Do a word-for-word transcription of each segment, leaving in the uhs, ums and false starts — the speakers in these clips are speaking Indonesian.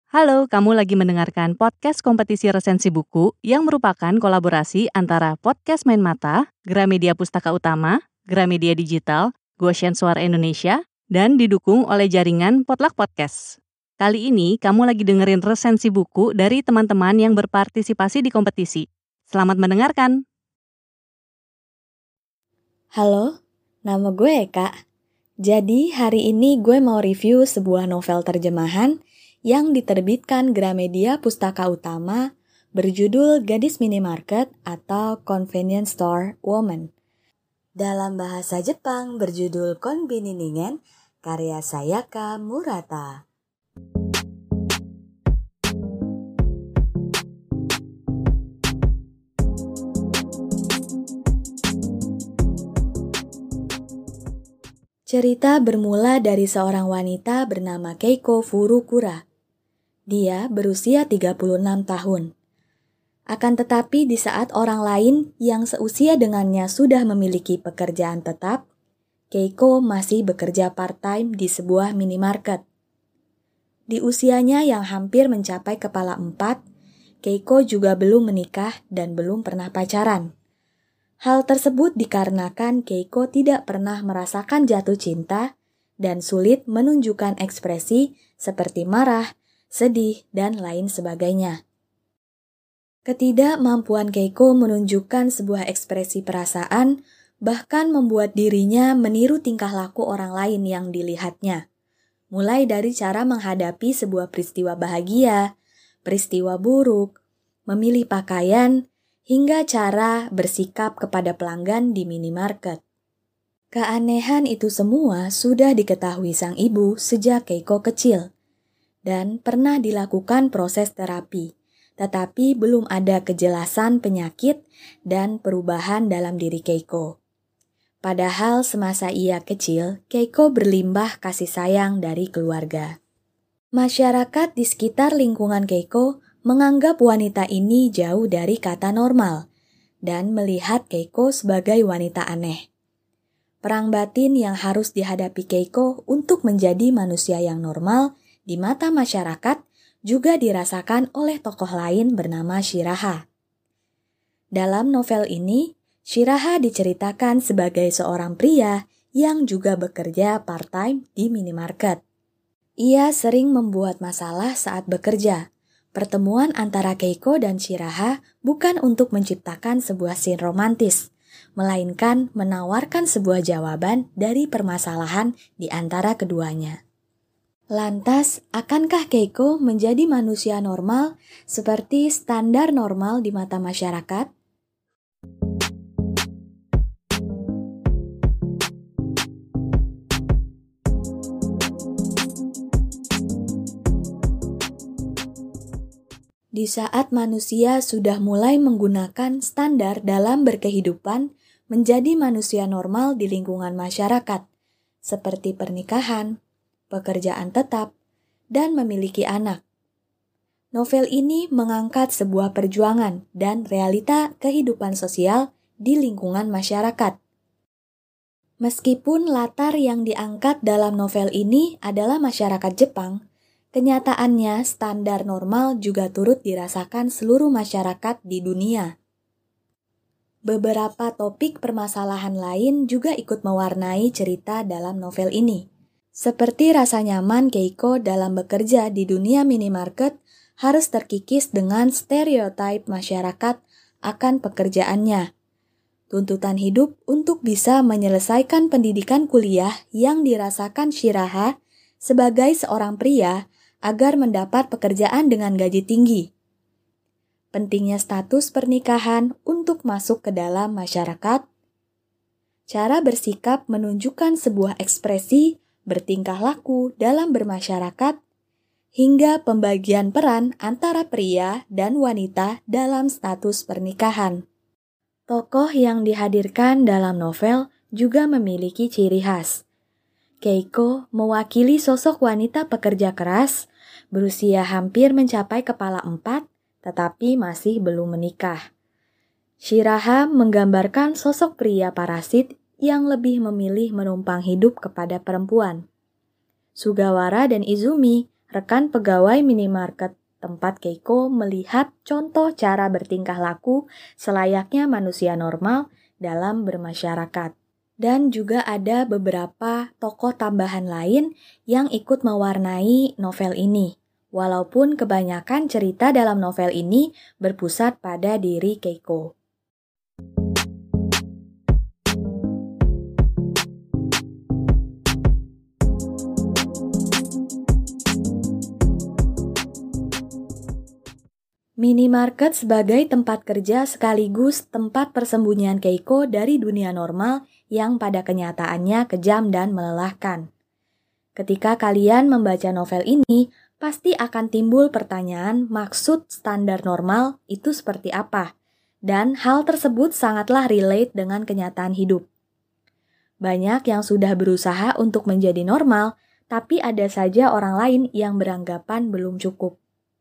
Halo, kamu lagi mendengarkan podcast kompetisi resensi buku yang merupakan kolaborasi antara Podcast Main Mata, Gramedia Pustaka Utama, Gramedia Digital, Goshen Suara Indonesia, dan didukung oleh jaringan Potluck Podcast. Kali ini kamu lagi dengerin resensi buku dari teman-teman yang berpartisipasi di kompetisi. Selamat mendengarkan! Halo, nama gue Eka. Jadi hari ini gue mau review sebuah novel terjemahan yang diterbitkan Gramedia Pustaka Utama berjudul Gadis Minimarket atau Convenience Store Woman. Dalam bahasa Jepang berjudul Konbini Ningen, karya Sayaka Murata. Cerita bermula dari seorang wanita bernama Keiko Furukura. Dia berusia tiga puluh enam tahun. Akan tetapi di saat orang lain yang seusia dengannya sudah memiliki pekerjaan tetap, Keiko masih bekerja part-time di sebuah minimarket. Di usianya yang hampir mencapai kepala empat, Keiko juga belum menikah dan belum pernah pacaran. Hal tersebut dikarenakan Keiko tidak pernah merasakan jatuh cinta dan sulit menunjukkan ekspresi seperti marah, sedih, dan lain sebagainya. Ketidakmampuan Keiko menunjukkan sebuah ekspresi perasaan bahkan membuat dirinya meniru tingkah laku orang lain yang dilihatnya. Mulai dari cara menghadapi sebuah peristiwa bahagia, peristiwa buruk, memilih pakaian, hingga cara bersikap kepada pelanggan di minimarket. Keanehan itu semua sudah diketahui sang ibu sejak Keiko kecil dan pernah dilakukan proses terapi, tetapi belum ada kejelasan penyakit dan perubahan dalam diri Keiko. Padahal semasa ia kecil, Keiko berlimpah kasih sayang dari keluarga. Masyarakat di sekitar lingkungan Keiko menganggap wanita ini jauh dari kata normal dan melihat Keiko sebagai wanita aneh. Perang batin yang harus dihadapi Keiko untuk menjadi manusia yang normal di mata masyarakat juga dirasakan oleh tokoh lain bernama Shiraha. Dalam novel ini, Shiraha diceritakan sebagai seorang pria yang juga bekerja part-time di minimarket. Ia sering membuat masalah saat bekerja. Pertemuan antara Keiko dan Shiraha bukan untuk menciptakan sebuah scene romantis, melainkan menawarkan sebuah jawaban dari permasalahan di antara keduanya. Lantas, akankah Keiko menjadi manusia normal seperti standar normal di mata masyarakat? Di saat manusia sudah mulai menggunakan standar dalam berkehidupan menjadi manusia normal di lingkungan masyarakat, seperti pernikahan, pekerjaan tetap, dan memiliki anak. Novel ini mengangkat sebuah perjuangan dan realita kehidupan sosial di lingkungan masyarakat. Meskipun latar yang diangkat dalam novel ini adalah masyarakat Jepang, kenyataannya, standar normal juga turut dirasakan seluruh masyarakat di dunia. Beberapa topik permasalahan lain juga ikut mewarnai cerita dalam novel ini. Seperti rasa nyaman Keiko dalam bekerja di dunia minimarket harus terkikis dengan stereotip masyarakat akan pekerjaannya. Tuntutan hidup untuk bisa menyelesaikan pendidikan kuliah yang dirasakan Shiraha sebagai seorang pria agar mendapat pekerjaan dengan gaji tinggi. Pentingnya status pernikahan untuk masuk ke dalam masyarakat. Cara bersikap menunjukkan sebuah ekspresi bertingkah laku dalam bermasyarakat, hingga pembagian peran antara pria dan wanita dalam status pernikahan. Tokoh yang dihadirkan dalam novel juga memiliki ciri khas. Keiko mewakili sosok wanita pekerja keras, berusia hampir mencapai kepala empat, tetapi masih belum menikah. Shiraha menggambarkan sosok pria parasit yang lebih memilih menumpang hidup kepada perempuan. Sugawara dan Izumi rekan pegawai minimarket tempat Keiko melihat contoh cara bertingkah laku selayaknya manusia normal dalam bermasyarakat. Dan juga ada beberapa tokoh tambahan lain yang ikut mewarnai novel ini. Walaupun kebanyakan cerita dalam novel ini berpusat pada diri Keiko. Minimarket sebagai tempat kerja sekaligus tempat persembunyian Keiko dari dunia normal yang pada kenyataannya kejam dan melelahkan. Ketika kalian membaca novel ini, pasti akan timbul pertanyaan maksud standar normal itu seperti apa, dan hal tersebut sangatlah relate dengan kenyataan hidup. Banyak yang sudah berusaha untuk menjadi normal, tapi ada saja orang lain yang beranggapan belum cukup.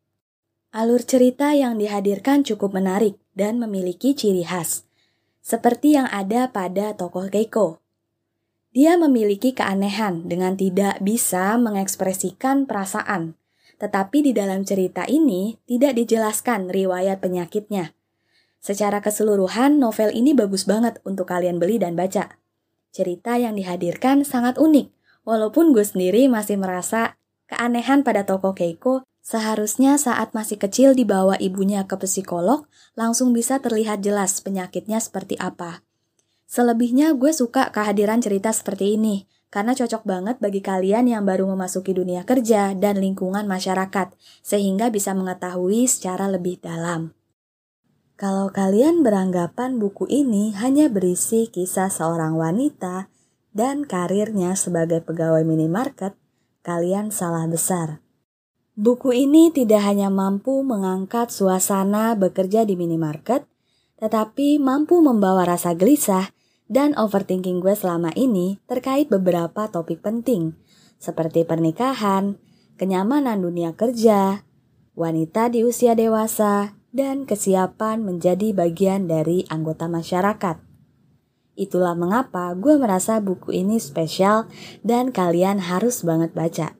Alur cerita yang dihadirkan cukup menarik dan memiliki ciri khas, seperti yang ada pada tokoh Keiko. Dia memiliki keanehan dengan tidak bisa mengekspresikan perasaan, tetapi di dalam cerita ini tidak dijelaskan riwayat penyakitnya. Secara keseluruhan, novel ini bagus banget untuk kalian beli dan baca. Cerita yang dihadirkan sangat unik, walaupun gue sendiri masih merasa keanehan pada tokoh Keiko. Seharusnya saat masih kecil dibawa ibunya ke psikolog, langsung bisa terlihat jelas penyakitnya seperti apa. Selebihnya gue suka kehadiran cerita seperti ini, karena cocok banget bagi kalian yang baru memasuki dunia kerja dan lingkungan masyarakat, sehingga bisa mengetahui secara lebih dalam. Kalau kalian beranggapan buku ini hanya berisi kisah seorang wanita dan karirnya sebagai pegawai minimarket, kalian salah besar. Buku ini tidak hanya mampu mengangkat suasana bekerja di minimarket, tetapi mampu membawa rasa gelisah dan overthinking gue selama ini terkait beberapa topik penting, seperti pernikahan, kenyamanan dunia kerja, wanita di usia dewasa, dan kesiapan menjadi bagian dari anggota masyarakat. Itulah mengapa gue merasa buku ini spesial dan kalian harus banget baca.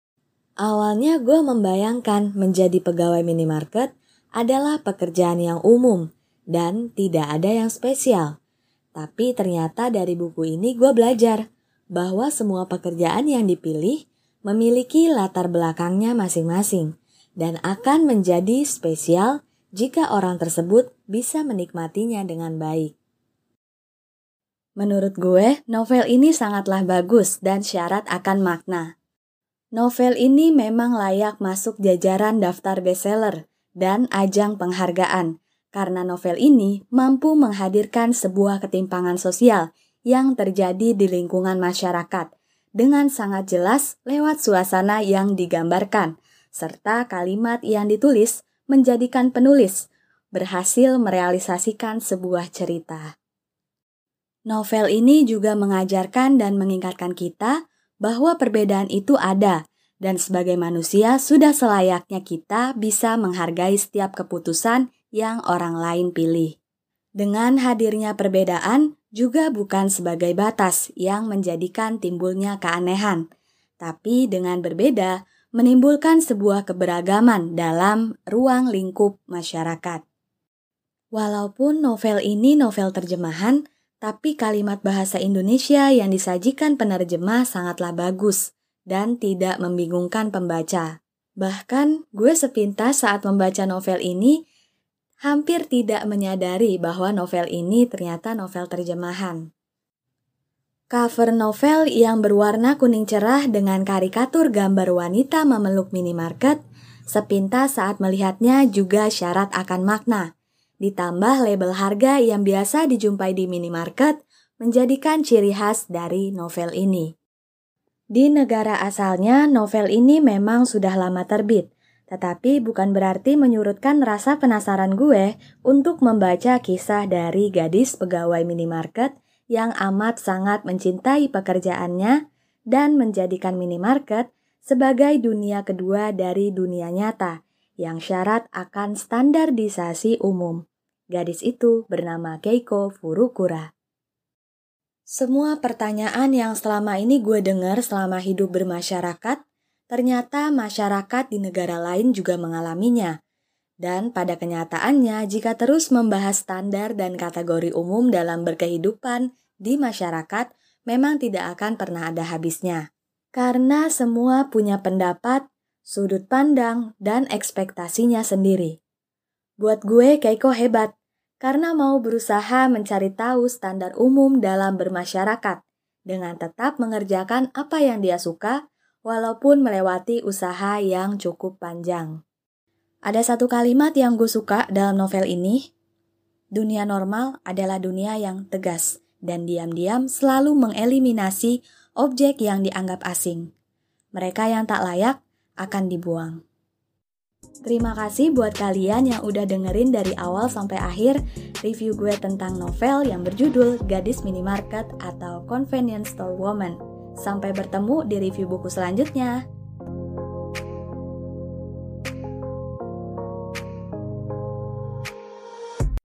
Awalnya gue membayangkan menjadi pegawai minimarket adalah pekerjaan yang umum dan tidak ada yang spesial. Tapi ternyata dari buku ini gue belajar bahwa semua pekerjaan yang dipilih memiliki latar belakangnya masing-masing dan akan menjadi spesial jika orang tersebut bisa menikmatinya dengan baik. Menurut gue, novel ini sangatlah bagus dan syarat akan makna. Novel ini memang layak masuk jajaran daftar bestseller dan ajang penghargaan karena novel ini mampu menghadirkan sebuah ketimpangan sosial yang terjadi di lingkungan masyarakat dengan sangat jelas lewat suasana yang digambarkan serta kalimat yang ditulis menjadikan penulis berhasil merealisasikan sebuah cerita. Novel ini juga mengajarkan dan mengingatkan kita bahwa perbedaan itu ada, dan sebagai manusia sudah selayaknya kita bisa menghargai setiap keputusan yang orang lain pilih. Dengan hadirnya perbedaan juga bukan sebagai batas yang menjadikan timbulnya keanehan, tapi dengan berbeda menimbulkan sebuah keberagaman dalam ruang lingkup masyarakat. Walaupun novel ini novel terjemahan, tapi kalimat bahasa Indonesia yang disajikan penerjemah sangatlah bagus dan tidak membingungkan pembaca. Bahkan gue sepintas saat membaca novel ini hampir tidak menyadari bahwa novel ini ternyata novel terjemahan. Cover novel yang berwarna kuning cerah dengan karikatur gambar wanita memeluk minimarket, sepintas saat melihatnya juga syarat akan makna. Ditambah label harga yang biasa dijumpai di minimarket menjadikan ciri khas dari novel ini. Di negara asalnya, novel ini memang sudah lama terbit, tetapi bukan berarti menyurutkan rasa penasaran gue untuk membaca kisah dari gadis pegawai minimarket yang amat sangat mencintai pekerjaannya dan menjadikan minimarket sebagai dunia kedua dari dunia nyata yang syarat akan standarisasi umum. Gadis itu bernama Keiko Furukura. Semua pertanyaan yang selama ini gue dengar selama hidup bermasyarakat Ternyata masyarakat di negara lain juga mengalaminya. Dan pada kenyataannya, jika terus membahas standar dan kategori umum dalam berkehidupan di masyarakat, memang tidak akan pernah ada habisnya. Karena semua punya pendapat, sudut pandang, dan ekspektasinya sendiri. Buat gue, Keiko hebat, karena mau berusaha mencari tahu standar umum dalam bermasyarakat, dengan tetap mengerjakan apa yang dia suka, walaupun melewati usaha yang cukup panjang. Ada satu kalimat yang gue suka dalam novel ini, dunia normal adalah dunia yang tegas dan diam-diam selalu mengeliminasi objek yang dianggap asing. Mereka yang tak layak akan dibuang. Terima kasih buat kalian yang udah dengerin dari awal sampai akhir review gue tentang novel yang berjudul Gadis Minimarket atau Convenience Store Woman. Sampai bertemu di review buku selanjutnya.